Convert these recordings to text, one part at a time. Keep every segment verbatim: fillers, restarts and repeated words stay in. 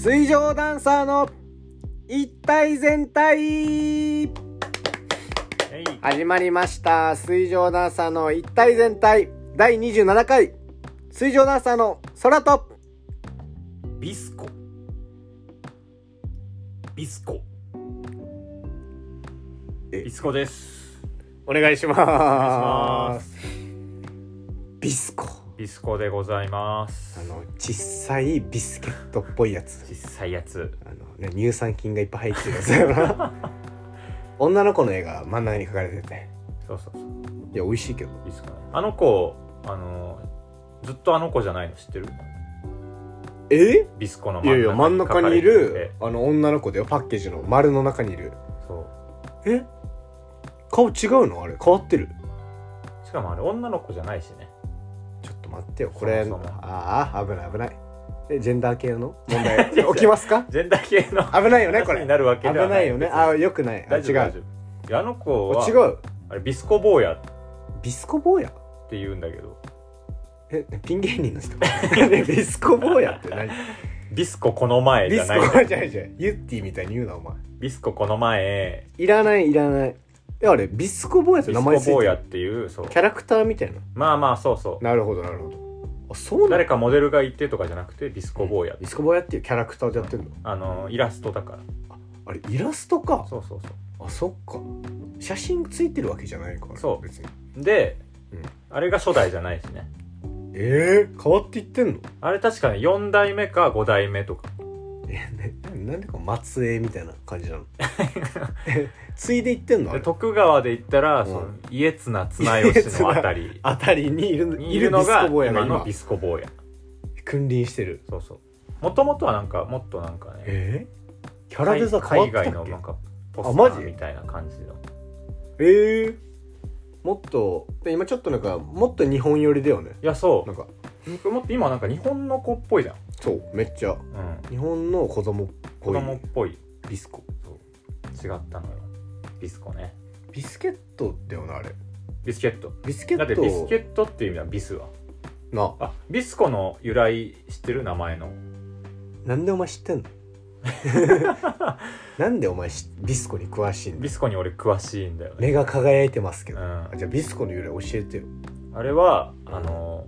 水上ダンサーの一体全体始まりました。水上ダンサーの一体全体だいにじゅうななかい、水上ダンサーの空とビスコビスコビスコです。 お願いします。ビスコビスコでございます。 あの小さいビスケットっぽいやつ小さいやつ、 あの、ね、乳酸菌がいっぱい入ってるやつだよな女の子の絵が真ん中に描かれてて、 そうそうそう、 いや美味しいけどビスコね。あの子あのずっとあの子じゃないの知ってる？ え？ ビスコのいやいや真ん中にいるあの女の子だよ。パッケージの丸の中にいる。 そうえ？顔違うの？あれ変わってる。 しかもあれ女の子じゃないしね。 ちょっと待ってよこれ。 そもそもああ危ない危ない。えジェンダー系の問題起きますか？ ジェンダー系の危ないよねこれ。 になるわけではない。 危ないよね。あよくない。 大丈夫あ違う大丈夫。いやあの子は違う。 あれビスコ坊やビスコ坊やって言うんだけど。 えピン芸人の人ビスコ坊やって何？ ビスコこの前じゃない。 ビスコじゃないじゃん。ユッティみたいに言うなお前。 ビスコこの前。 いらないいらない。えあれビスコ坊やって名前ついてる。 ビスコ坊やっていうそうキャラクターみたいな。 まあまあそうそう。 なるほどなるほど。あそうなの？ 誰かモデルがいてとかじゃなくてビスコ坊や、うん、 ビスコ坊やっていうキャラクターでやってるの？ あのイラストだから。 あ、あれイラストか。 そうそうそう。 あそっか。写真ついてるわけじゃないから。 そう別に。で、 うん、あれが初代じゃないしね。 えー、変わっていってんの？ あれ確かねよんだいめかごだいめとか。 えな, なんでか末裔みたいな感じなのついでいってんの？あれ徳川で言ったら、うん、その家綱綱吉のあたりあたりにいるにいるのが今のビスコ坊や。 君臨してる。 そうそう。もともとはなんかもっとなんかね、 えー、キャラデザ変わったっけ？ 海外のなんかポスターみたいな感じの。 えー、もっと今ちょっとなんかもっと日本寄りだよね。 いやそうなんかもっと今なんか日本の子っぽいじゃん。 そうめっちゃ、うん、日本の子供っぽい子供っぽいビスコ。 そう違ったのよビスコね。 ビスケットだよなあれ。 ビスケットビスケットだってビスケットっていう意味はビスはなあ。ビスコの由来知ってる？名前の。 なんでお前知ってんのなんでお前ビスコに詳しいんだ？ ビスコに俺詳しいんだよね。 目が輝いてますけど、うん、じゃあビスコの由来教えてよ。 あれはあの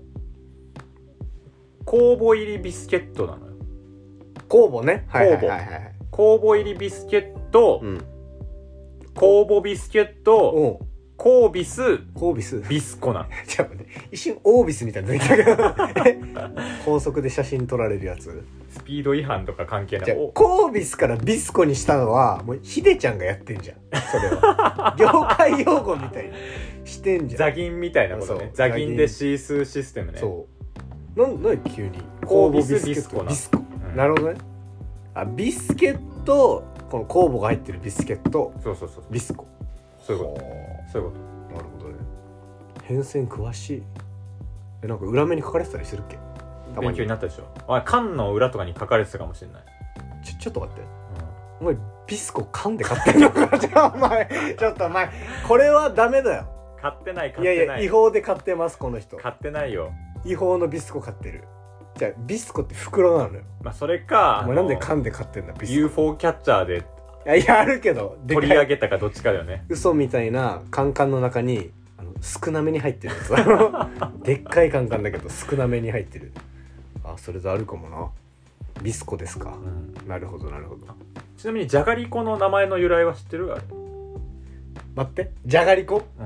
酵母入りビスケットなのよ。 酵母ね。はいはいはい、はい、 酵母入りビスケット、うん、酵母ビスケット、コービス、 コービスビスコなの。 じゃあね、一瞬オービスみたいなの出てきたけど高速で写真撮られるやつ。 スピード違反とか関係ない。 じゃあコービスからビスコにしたのはもうヒデちゃんがやってんじゃん。それは業界用語みたいにしてんじゃん。 ザギンみたいなことね。ザギンでシースーシステムね。 そうなんで急にコービスビスコなビスコ、うん、なるほどね。あビスケット、この酵母が入ってるビスケット、 そうそうそうビスコ。 そういうことそういうこと。なるほどね。変遷詳しい。えなんか裏目に書かれてたりするっけ？ 勉強になったでしょ。おい缶の裏とかに書かれてたかもしれない。 ちょちょっと待って、うん、お前ビスコ缶で買ってんのか？じゃあお前ちょっとお前これはダメだよ。 買ってない買ってない。 いやいや違法で買ってますこの人。 買ってないよ。 違法のビスコ買ってる。じゃあビスコって袋なのよ。 まあそれか。 お前なんで缶で買ってんだビスコ。 ユーフォー キャッチャーで。 いやいやあるけど取り上げたかどっちかだよね。 嘘みたいなカンカンの中にあの少なめに入ってるやつでっかいカンカンだけど少なめに入ってる。あそれとあるかもな。ビスコですか、うん、なるほどなるほど。 ちなみにじゃがりこの名前の由来は知ってる？あれ待ってじゃがりこ、 うん、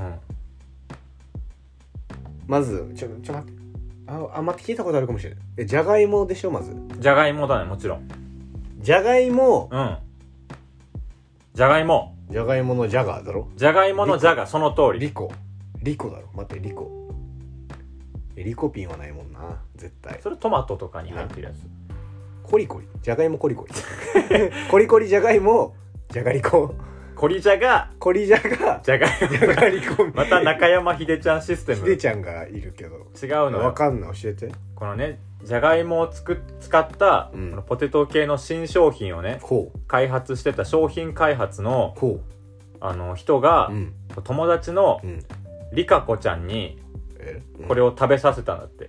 まずちょちょ待ってああ待って聞いたことあるかもしれない。えじゃがいもでしょまず。 じゃがいもだねもちろん。 じゃがいもうんじゃがいもじゃがいものジャガーだろ。 じゃがいものジャガその通り。 リコリコだろ。待ってリコえリコピンはないもんな絶対。 それトマトとかに入ってるやつ。 コリコリじゃがいもコリコリコリコリじゃがいもじゃがりこコリジャガコリジャガじゃがいもじゃがりこまた中山秀ちゃんシステム。 秀ちゃんがいるけど違うのよ。 わかんない教えて。 このねじゃがいもをつく使った、うん、このポテト系の新商品をね開発してた商品開発のあの人が、うん、友達のリカコちゃんにこれを食べさせたんだって。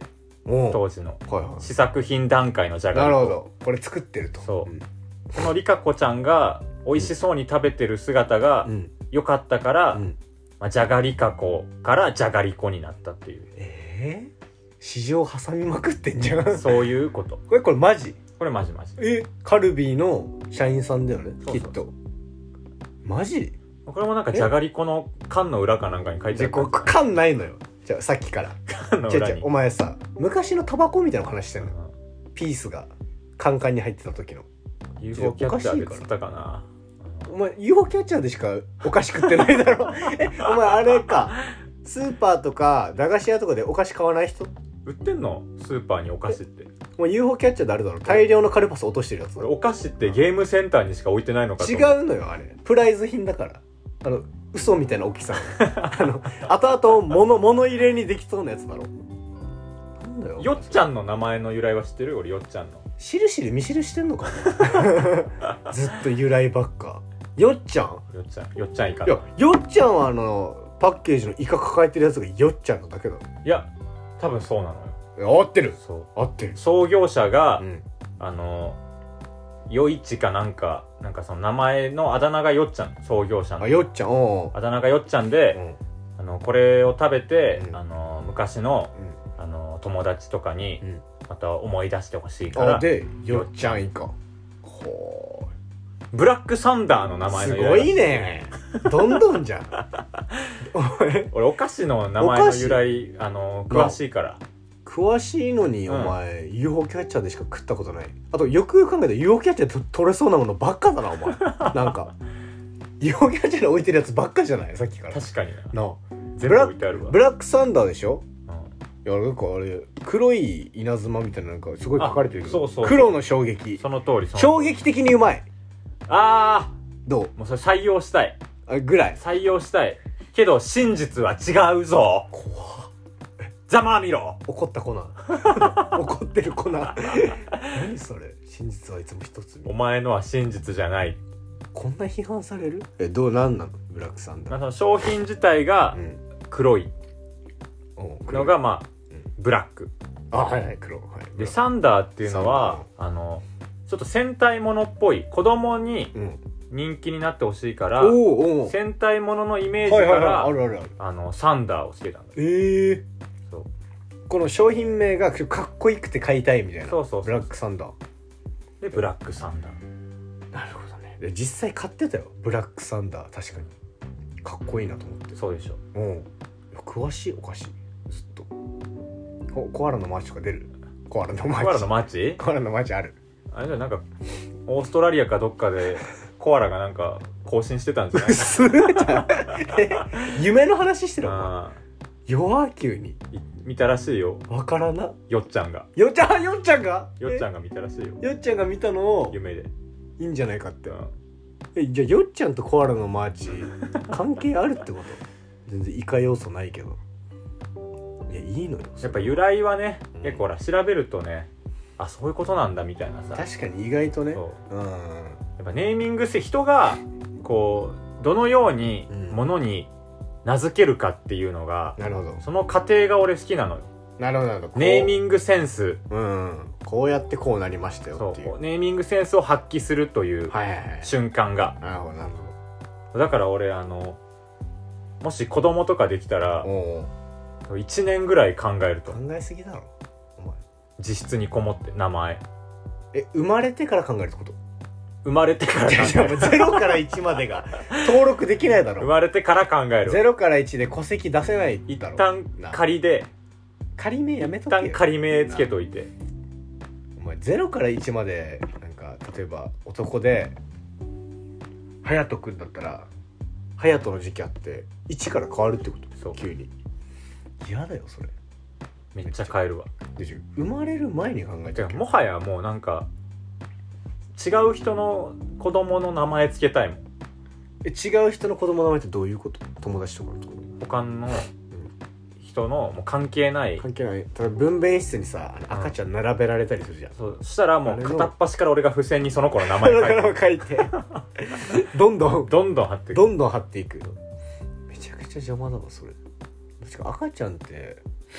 当時の、はいはい、試作品段階のじゃがりこ。 なるほど、これ作ってると。 そう、うん、このリカ子ちゃんが美味しそうに食べてる姿が良かったから、うんうんまあ、じゃがりかこからじゃがりこになったっていう。 えー、市場挟みまくってんじゃん。 そういうこと。 これこれマジ？ これマジマジ。 え、カルビーの社員さんだよね、きっと。マジ？ これもなんかじゃがりこの缶の裏かなんかに書いてある。 こ缶ないのよ。じゃあさっきから。 缶の裏に。 違う違う、お前さ、昔のタバコみたいな話してんの、うん、ピースがカンカンに入ってた時のユーフォー キャッチャーで釣ったかな。 お前 ユーフォー キャッチャーでしかお菓子食ってないだろ。え、お前あれか、スーパーとか駄菓子屋とかでお菓子買わない人？ 売ってんの？スーパーにお菓子って。 もう ユーフォー キャッチャーであるだろ、大量のカルパス落としてるやつ。 お菓子ってゲームセンターにしか置いてないのかと。 違うのよ、あれプライズ品だから。あの嘘みたいな大きさあの後々物物入れにできそうなやつだろ。なんだよ。 よっちゃんの名前の由来は知ってる？俺よっちゃんのしるしる見知るしてんのかな。ずっと由来ばっか。よっちゃんよっちゃんよっちゃんイカ。いや、よっちゃんはあのパッケージのイカ抱えてるやつがよっちゃんのだけだろ。 いや多分そうなのよ。合ってる。 そう合ってる。 創業者が、うん、あのよいちかなんかなんかその名前のあだ名がよっちゃん、創業者の。 あ、よっちゃん。おあだ名がよっちゃんで、うん、あのこれを食べて、うん、あの昔の、うん、あの友達とかに、うん、また思い出してほしいから。 でよっちゃん以下。ほー。ブラックサンダーの名前の由来。すごいね。どんどんじゃん。 俺お菓子の名前の由来あの詳しいから。 詳しいのに、うん、お前 ユーフォー キャッチャーでしか食ったことない。あとよくよく考えたら ユーフォー キャッチャーで取れそうなものばっかだなお前。なんか ユーフォー キャッチャーで置いてるやつばっかじゃないさっきから。 確かにな。 な全部置いてあるわ。 ブラックサンダーでしょ、うん、いやなんかあれ黒い稲妻みたいななんかすごい書かれてるけど。 そうそうそう、 黒の衝撃。 その通り。 衝撃的にうまい。 あーどう？ もうそれ採用したい。 あぐらい採用したいけど真実は違うぞ。 怖っ。 ざまあみろ。 怒った粉。怒ってる粉。何それ。真実はいつも一つ。 お前のは真実じゃない。 こんな批判される？え、どうなんなのブラックサンダー。 まあ、その商品自体が黒いのがまあ、うん、ブラック。 あ、はいはい、黒。はい、 でサンダーっていうのはあのちょっと戦隊ものっぽい、子供に人気になってほしいから、うん、お戦隊もののイメージからあのサンダーをつけたんだ。 えーそうこの商品名がかっこよくて買いたいみたいな。 そうそうそう、 ブラックサンダーでブラックサンダー。 なるほどね。で実際買ってたよブラックサンダー。確かにかっこいいなと思って。 そうでしょ。 うん、詳しいお菓子ずっと。コ, コアラのマーチとか出る？コアラのマーチ。 コアラのマーチ？ コアラのマーチある。 あれじゃなんかオーストラリアかどっかでコアラがなんか更新してたんじゃないすごいじゃん。夢の話してるの？弱急に見たらしいよ。 わからな。 よっちゃんがよっちゃんよっちゃんがよっちゃんが見たらしいよ。 よっちゃんが見たのを夢でいいんじゃないかって、うん、えじゃあよっちゃんとコアラのマーチ関係あるってこと？全然イカ要素ないけど。いやいいのよ。 やっぱ由来はね、うん、結構ほら調べるとね、あそういうことなんだみたいなさ。 確かに意外とね。 う、うん、やっぱネーミング性、人がこうどのようにものに名付けるかっていうのが、 うん、なるほど。 その過程が俺好きなのよ。 なるほどなるほど。 ネーミングセンス、 うん、こうやってこうなりましたよっていう。 そう、ネーミングセンスを発揮するという瞬間が、 はいはいはい、なるほどなるほど。だから俺あのもし子供とかできたらいちねんぐらい考えると。 考えすぎだろお前。 自室にこもって名前。 え生まれてから考えるってこと？ 生まれてから考える。 ゼロからいちまでが登録できないだろ。 生まれてから考える。 ゼロからいちで戸籍出せないだろ。一旦仮で仮名やめとけよ。 一旦仮名つけといて。 お前ゼロからいちまでなんか例えば男で隼人くんだったら隼人の時期あっていちから変わるってこと？そう急に。嫌だよそれ。 めっちゃ変えるわ。 でしょ。生まれる前に考えてる。 もはやもうなんか違う人の子供の名前つけたいもん。 え違う人の子供の名前ってどういうこと？友達とかのところ？ 他の人のもう関係ない関係ない。ただ分娩室にさ赤ちゃん並べられたりするじゃん。 そうしたらもう片っ端から俺が付箋にその子の名前書いてどんどんどんどん貼っていく。 どんどん貼っていく。めちゃくちゃ邪魔だわそれ。確か赤ちゃんって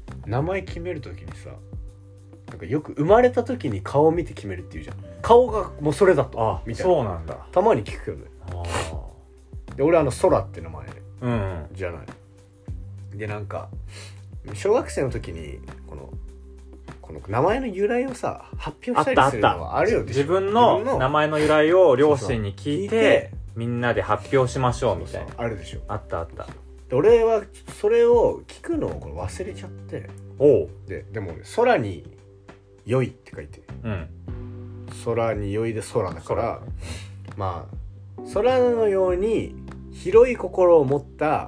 名前決めるときにさ、なんかよく生まれたときに顔を見て決めるっていうじゃん。顔がもうそれだとあみたいな。 そうなんだ。 たまに聞くけどね。あで俺あの空って名前、 うんうん、 じゃないで、なんか小学生の時にこのこの名前の由来をさ発表したりするのはあるよ。 自分の名前の由来を両親に聞いてみんなで発表しましょうみたいな。 そうそうあるでしょ。 あったあった。 で俺はそれを聞くのをこれ忘れちゃって、 おうででも空に良いって書いて、 うん、 空に良いで空だから、まあ空のように広い心を持った、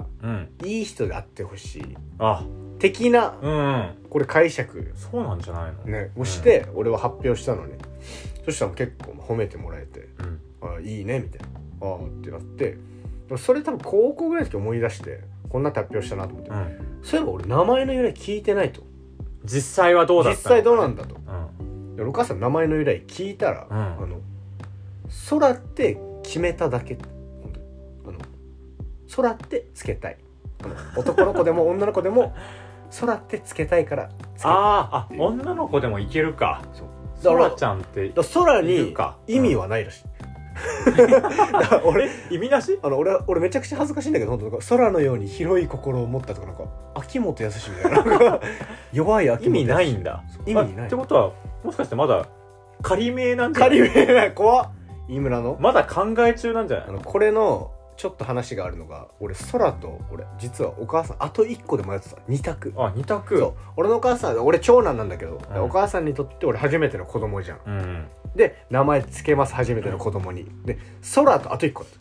うん、 いい人であってほしいあ的な、 うんうん、 これ解釈そうなんじゃないのねをして、俺は発表したのね。そしたら結構褒めてもらえて、うん、あいいねみたいな、ああってなって、それ多分高校ぐらいの時思い出してこんな発表したなと思って、うん、そういえば俺名前の由来聞いてないと。 実際はどうだったの、 実際どうなんだと、 うん、 でお母さんの名前の由来聞いたら、うん、あの空って決めただけ、あの空ってつけたい、あの男の子でも女の子でも空ってつけたいからつけたい。 ああ女の子でもいけるか。そう空ちゃんってだ空に意味はないらしい、 うん、俺意味なし。 あの 俺, 俺めちゃくちゃ恥ずかしいんだけど、本当空のように広い心を持ったとか、なんか秋元康みたいな弱い秋元康。 意味ないんだ。 意味ない。 ってことはもしかしてまだ仮名なんじゃない？ 仮名ない。怖っ。飯村のまだ考え中なんじゃない？ あのこれのちょっと話があるのが、俺空と俺実はお母さんあといっこで迷ってた。に択。 あに択。 そう俺のお母さん、俺長男なんだけど、うん、お母さんにとって俺初めての子供じゃん、 うん、 で名前つけます、初めての子供に、うん、で空とあといっこだった、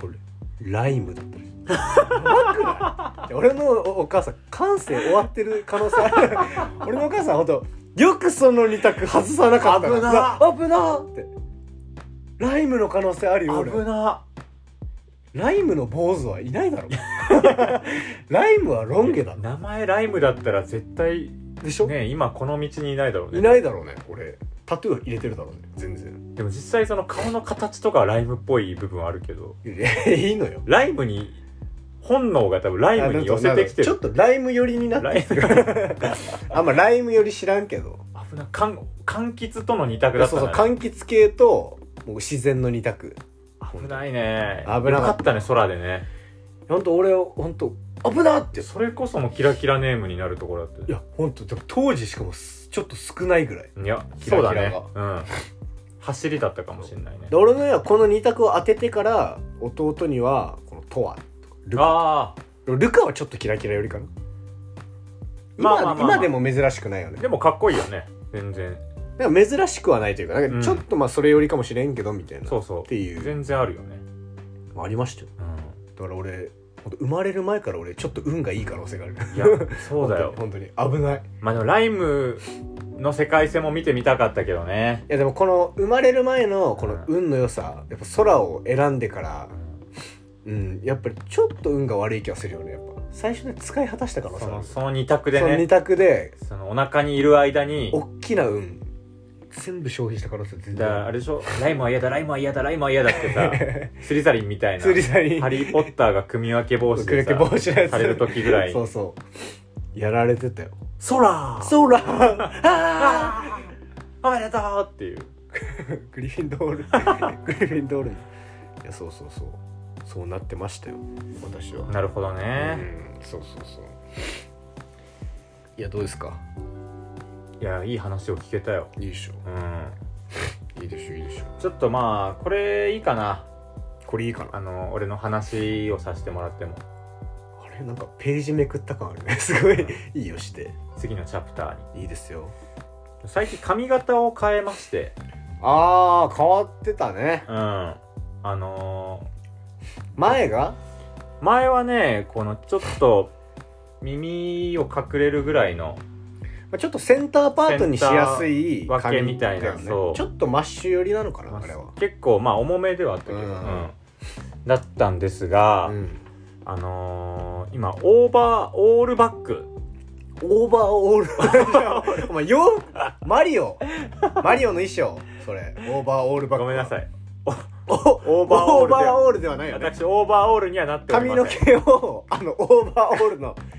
うん、これライムだったりやばくない？俺のお母さん感性終わってる可能性ある俺のお母さんほんとよくそのに択外さなかった。 危な危なってライムの可能性あるよ。俺危な。 ライムの坊主はいないだろライムはロン毛だ。 名前ライムだったら絶対でしょね。今この道にいないだろうね。 いないだろうね。俺タトゥー入れてるだろうね。全然。 でも実際その顔の形とかはライムっぽい部分はあるけど、 いいのよ。 ライムに本能が多分ライムに寄せてきてる。 ちょっとライム寄りになってるあんまライム寄り知らんけど、 危な。かん柑橘との二択だったね。 そうそう柑橘系ともう自然の二択。 危ないね。 危なかった。 よかったね空でね。 ほんと俺ほんと危なって。 それこそもキラキラネームになるところだった。 いやほんとでも当時しかもちょっと少ないぐらい。 いやキラキラがそうだね。うん走りだったかもしれないね。 で俺のはこの二択を当ててから弟にはこのトワルカ。ああルカはちょっとキラキラよりかな。今、まあまあまあまあ、今でも珍しくないよね。 でもかっこいいよね全然。 なんか珍しくはないというか、なんかちょっとまあそれよりかもしれんけどみたいな、うん、 そうそうっていう全然あるよね。 ありましたよ、うん、だから俺生まれる前から俺ちょっと運がいい可能性がある。 いやそうだよ本当に危ない。 まあでもライムの世界線も見てみたかったけどね。 いやでもこの生まれる前のこの運の良さ、やっぱ空を選んでからうん、うん、やっぱりちょっと運が悪い気がするよね。やっぱ最初で使い果たしたからさ、 そのその二択でね、 その二択でそのお腹にいる間に大きな運全部消費したからさ。全然だからあれでしょ、ライムは嫌だライムは嫌だライムは嫌だってさスリザリンみたいなスリザリンハリーポッターが組み分け防止でさ組み分け防止のやつされる時ぐらいそうそうやられてたよ。 空空あおめでとうっていうグリフィンドールグリフィンドールにいやそうそうそうそうなってましたよ私は。 なるほどね。 うんそうそうそう。いやどうですか。 いやいい話を聞けたよ。 いいでしょ。うんいいでしょいいでしょ。 ちょっとまあこれいいかな。 これいいかな。 あの俺の話をさせてもらっても。 あれなんかページめくった感あるね。すごいいいよして。 次のチャプターに。 いいですよ。 最近髪型を変えまして。 あー変わってたね。 うんあのー、 前が前はねこのちょっと耳を隠れるぐらいのちょっとセンターパートにしやすい分けみたいな、ね、そうちょっとマッシュ寄りなのかな、あれは結構まあ重めではあったけど、うんうん、だったんですが、うん、あのー、今オーバーオールバックオーバーオールお前よマリオマリオの衣装それオーバーオールバック。 ごめんなさいオーバーオールではないよね。 私オーバーオールにはなっておりません。 髪の毛をあのオーバーオールの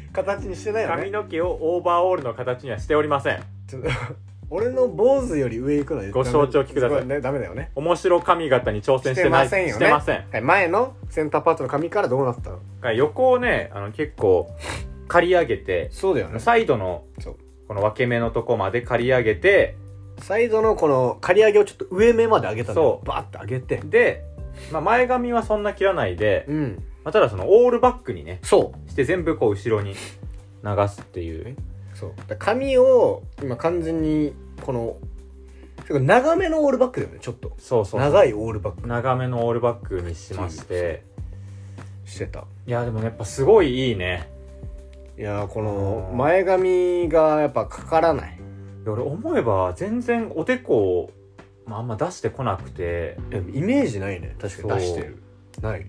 形にしてないよね。 髪の毛をオーバーオールの形にはしておりません。 ちょっと俺の坊主より上行くのでご承知おきくださいね。ダメだよね。 面白髪型に挑戦してない。 してませんよね。 してません。 はい、前のセンターパートの髪からどうなったの？ 横をね、あの結構刈り上げて、 そうだよね。 サイドのこの分け目のとこまで刈り上げて、 サイドのこの刈り上げをちょっと上目まで上げたの。そう。バーって上げて。 で、まあ、前髪はそんな切らないで、 うん。 まあ、ただそのオールバックにね、 そうして全部こう後ろに流すっていう。 そう髪を今完全にこの長めのオールバックだよね。ちょっとそうそうそう長いオールバック、 長めのオールバックにしましてしてた。 いやでもやっぱすごいいいね。 いやこの前髪がやっぱかからない。 俺思えば全然おでこを、まあ、あんま出してこなくて、 イメージないね。確かに出してるない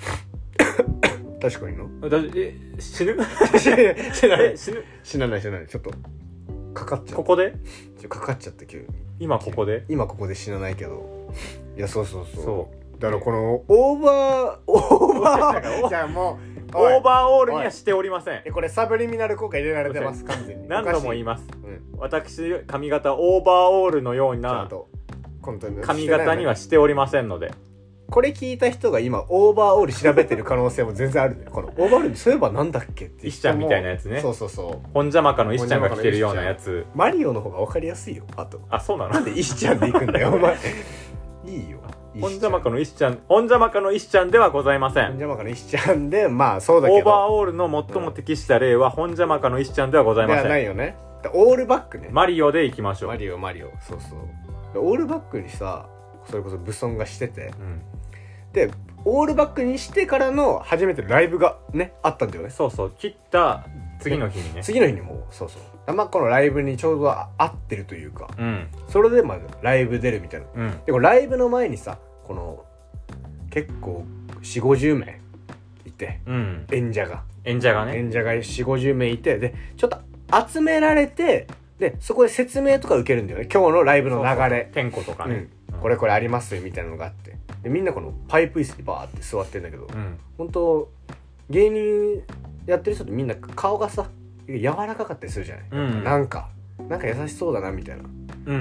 確かにのだえ死ぬ死ぬ死なない死ぬ死なない死なない。ちょっとかかっちゃう。 ここでちょかかっちゃった急に。 今ここで今ここで死なないけど。いやそうそうそう。そうだからこのオーバーオーバーじゃあもうオーバーオールにはしておりません。 えこれサブリミナル効果入れられてます完全に。 何度も言います、うん、私髪型オーバーオールのような髪型にはしておりませんので。 これ聞いた人が今オーバーオール調べてる可能性も全然あるね。このオーバーオールにそういえばなんだっけって石ちゃんみたいなやつね。 そうそうそう。 本邪魔かの石ちゃんが着てるようなやつ。 マリオの方が分かりやすいよ。あとあそうなの。 なんで石ちゃんで行くんだよお前いいよ。 本邪魔かの石ちゃん本邪魔かの石ちゃんではございません。 本邪魔かの石ちゃんでまあそうだけどオーバーオールの最も適した例は本邪魔かの石ちゃんではございません。 ではないよね。オールバックね。 マリオでいきましょう。 マリオマリオそうそう。オールバックにさそれこそブソンがしてて、うん、でオールバックにしてからの初めてのライブがねあったんだよね。 そうそう切った次の日にね。 次の日にもうそうそうまあこのライブにちょうど合ってるというか、 うん、 それでまあライブ出るみたいな、 うん、 でもライブの前にさこの結構 よんじゅうごじゅうめいいて、 うん、 演者が演者がね演者がよんじゅうごじゅうめいいてでちょっと集められてでそこで説明とか受けるんだよね。今日のライブの流れ点呼とかね、 うんこれこれありますみたいなのがあってでみんなこのパイプ椅子にバーって座ってんだけど、うん、本当芸人やってる人ってみんな顔がさ柔らかかったりするじゃない、うん、なんかなんか優しそうだなみたいな、 うん、うん、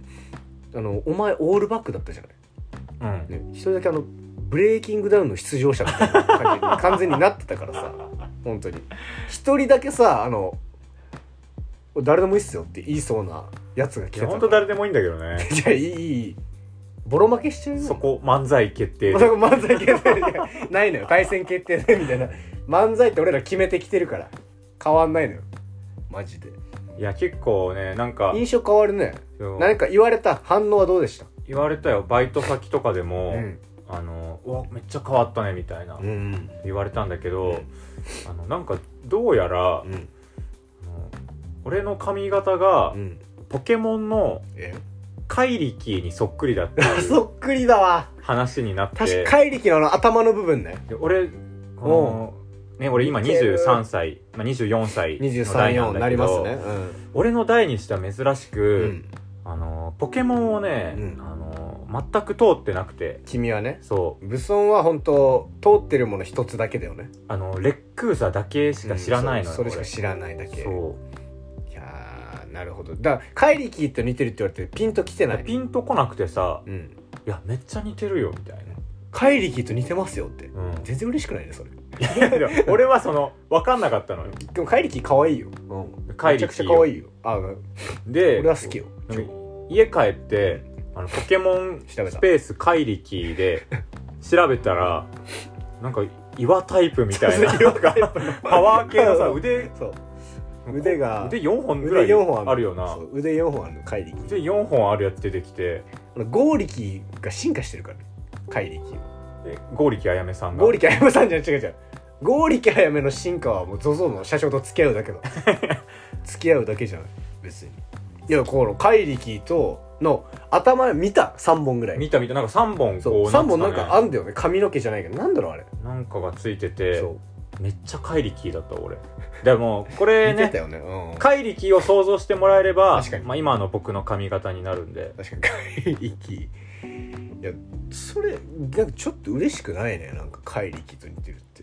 あのお前オールバックだったじゃない、うんね、一人だけあのブレイキングダウンの出場者みたいな感じに完全になってたからさ本当に一人だけさあの誰でもいいっすよって言いそうなやつが来てた。 本当誰でもいいんだけどね。 じゃあいいいいボロ負けしちゃうよ。 そこ漫才決定。 そこ漫才決定ないのよ。対戦決定ねみたいな。漫才って俺ら決めてきてるから変わんないのよ。マジで。 いや結構ねなんか印象変わるね。何か言われた反応はどうでした？ 言われたよ。バイト先とかでも、うん、あのうわめっちゃ変わったねみたいな、うん、言われたんだけど、うん、あのなんかどうやら、うん、俺の髪型が、うん、ポケモンの怪力にそっくりだってそっくりだわ話になって。 確か怪力のあの頭の部分ね。 俺このね俺今にじゅうさんさい、まあ、にじゅうよんさいの代なんだけど、なりますね、うん、俺の代にしては珍しく、うん、あのポケモンをね、うん、あの全く通ってなくて。 君はね。 そうブソンは本当通ってるもの一つだけだよね。 あのレックーザだけしか知らないのよ、 うん、そ, それしか知らないだけ。 そうなるほど。だから怪力と似てるって言われてピンときてない。 ピンとこなくてさ、うん、いやめっちゃ似てるよみたいな。 怪力と似てますよって、うん、全然嬉しくないねそれ。 いやいや俺はその分かんなかったのよ。 でも怪力可愛いよ、うん、怪力めちゃくちゃ可愛いよ。あで俺は好きよ。 家帰ってあのポケモンスペース怪力で調べたらなんか岩タイプみたいなパワー系のさ腕そう腕が腕よんほんぐらいあるよな。 腕よんほんある怪力。 腕よんほんあるやつ出てきて、 剛力が進化してるからね怪力。 え剛力あやめさんが剛力あやめさんじゃん。違う違う。剛力あやめの進化はもう ゾゾ の社長と付き合うだけだ付き合うだけじゃない別に。いやこの怪力との頭見たさんぼんぐらい見た見たなんかさんぼんこう、 ね、さんぼんなんかあんだよね。髪の毛じゃないけどなんだろうあれなんかがついててそうめっちゃ怪力だった俺。でもこれねね、うん、 怪力を想像してもらえれば確かに、まあ、今の僕の髪型になるんで。 確かに怪力いやそれなんかちょっと嬉しくないね。なんか怪力と似てるって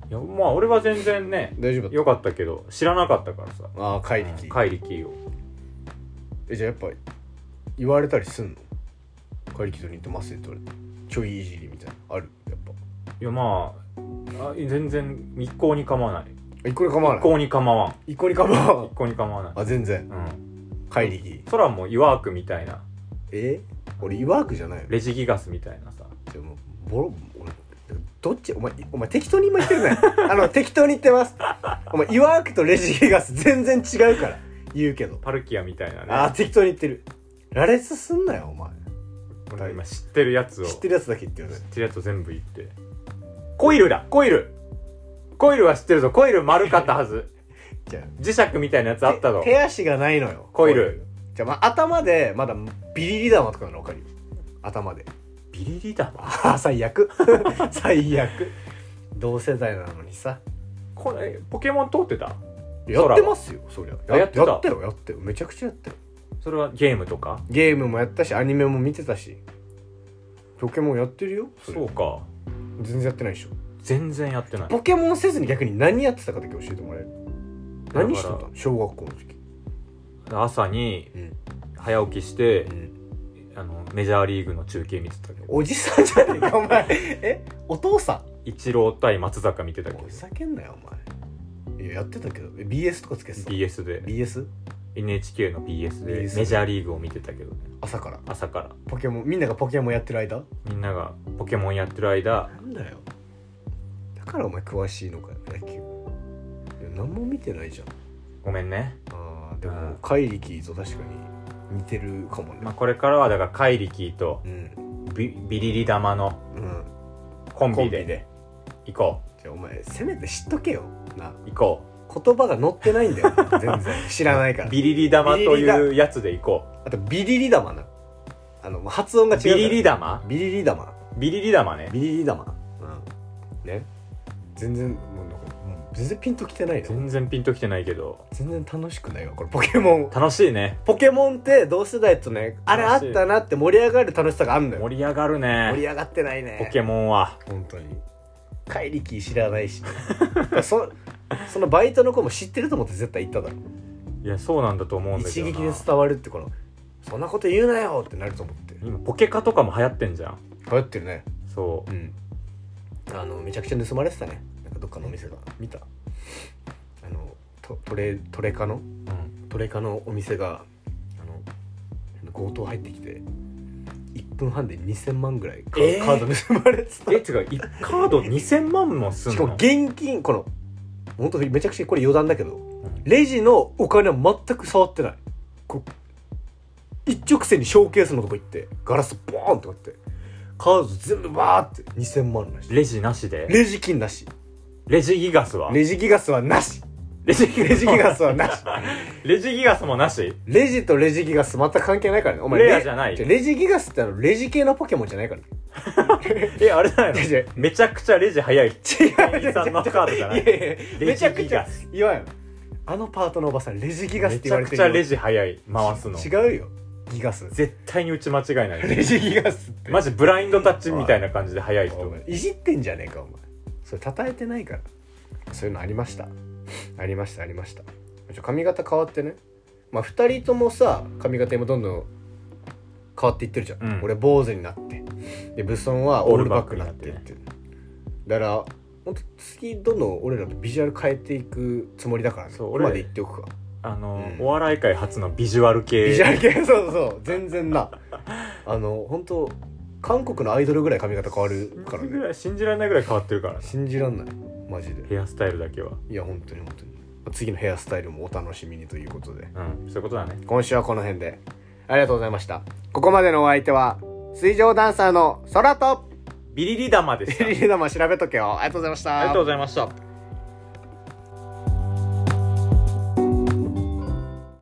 いやまあ俺は全然ね大丈夫だったよかったけど知らなかったからさ。 ああ怪力、 怪力をえじゃあやっぱ言われたりすんの？怪力と似てますって言われてちょいいじりみたいなある？やっぱいやまああ全然一向に構わない。 一向に構わない。 一向に構わん。 一向に構わん。 一向に構わない。 あ全然。 うん。 怪力。 そらもうイワークみたいな。 え？俺イワークじゃないよ。 レジギガスみたいなさ。 じゃもうボロ俺どっちお前お前適当に今言ってるね。あの適当に言ってます。お前イワークとレジギガス全然違うから言うけど。 パルキアみたいなね。 あ適当に言ってる。羅列すんなよお前。 俺今知ってるやつを。 知ってるやつだけ言ってるね。 知ってるやつを全部言って。コイルだコイル。コイルは知ってるぞ。コイル丸かったはず。じゃあ磁石みたいなやつあったぞ。 手足がないのよ。 コイル。 じゃあ、まあ、頭でまだビリリ玉とかなの分かるよ。頭で。 ビリリ玉？ ああ最悪。最悪。同世代なのにさ。 これポケモン通ってた？ やってますよ。そりゃ。 やってた。 やったよやったよ。めちゃくちゃやったよ。 それはゲームとか？ ゲームもやったしアニメも見てたし。ポケモンやってるよ。 そ, そうか。 全然やってないでしょ。 全然やってない。 ポケモンせずに逆に何やってたかだけ教えてもらえる？何してたの？小学校の時。 朝に早起きして、うん、あのメジャーリーグの中継見てたけど。 おじさんじゃねえかお前。えお父さん？ イチロー対松坂見てたけど。 ふざけんなよお前。いややってたけど ビーエス とかつけてた？ ビーエス でビーエス？ エヌエイチケー の ビーエス でメジャーリーグを見てたけどね。 朝から朝からポケモンみんながポケモンやってる間みんながポケモンやってる間なんだよ。だからお前詳しいのかよ野球。いや何も見てないじゃん。 ごめんね。 あーでも怪力と確かに似てるかもね。 まあこれからはだから怪力とビ、うん、ビリリ玉のコンビで行こう。 じゃあお前せめて知っとけよな。 行こう。言葉が載ってないんだよ。全然知らないから。 ビリリ玉というやつで行こう。あとビリリ玉な。あの発音が違うから。 ビリリ玉？ ビリリ玉。 ビリリ玉ね。 ビリリ玉。うん。ね。全然もう全然ピンときてないね。 全然ピンときてないけど。 全然楽しくないよこれポケモン。 楽しいね。 ポケモンって同世代とねあれあったなって盛り上がる楽しさがあるのよ。 盛り上がるね。 盛り上がってないね。 ポケモンは本当に。怪力知らないし、ね、そ, そのバイトの子も知ってると思って絶対言っただろ。 いやそうなんだと思うんだけどな。 一撃で伝わるってこのそんなこと言うなよってなると思って。 今ポケカとかも流行ってんじゃん。 流行ってるね。 そう、 うん、あのめちゃくちゃ盗まれてたね。なんかどっかのお店が見た。あのト, トレトレカの、うん、トレカのお店があの強盗入ってきていっぷんはんでにせんまんぐらいカ,、えー、カード盗まれてた。 え、違う、カードにせんまんもすんの？ しかも現金、この本当にめちゃくちゃこれ余談だけど、うん、レジのお金は全く触ってない。こ一直線にショーケースのとこ行ってガラスボーンとかってカード全部バーってにせんまんなし。 レジなしで？ レジ金なし。 レジギガスは？ レジギガスはなし。レジギガスはなし。 レジギガスもなし？ レジとレジギガス全く関係ないからね。お前レアじゃない。 レジギガスってあのレジ系のポケモンじゃないからね。 え、あれだよ。めちゃくちゃレジ早い。違う。 店員さんのカードじゃない。 いやいやめちゃくちゃ言わんよ。あのパートのおばさんレジギガスって言われてる。 めちゃくちゃレジ早い。回すの。 違うよ。ギガス。 絶対に打ち間違いない。 レジギガスって。 マジブラインドタッチみたいな感じで早い人。 いじってんじゃねえかお前。それ叩いてないから。そういうのありました。ありましたありました。髪型変わってね。まあふたりともさ髪型今どんどん変わっていってるじゃん。うん、俺坊主になってでブソンはオールバックになってって。だから本当次どんどん俺らビジュアル変えていくつもりだからね。そう俺まで言っておくか。 あの、うん、お笑い界初のビジュアル系。 ビジュアル系そうそう全然な。あの本当韓国のアイドルぐらい髪型変わるからね。 信じられないぐらい変わってるからね。 信じらんないマジで。 ヘアスタイルだけは。 いや本当に本当に。次のヘアスタイルもお楽しみにということで、 うん、そういうことだね。 今週はこの辺でありがとうございました。ここまでのお相手は水上ダンサーの空とビリリ玉でした。 ビリリ玉調べとけよ。ありがとうございました。 ありがとうございました。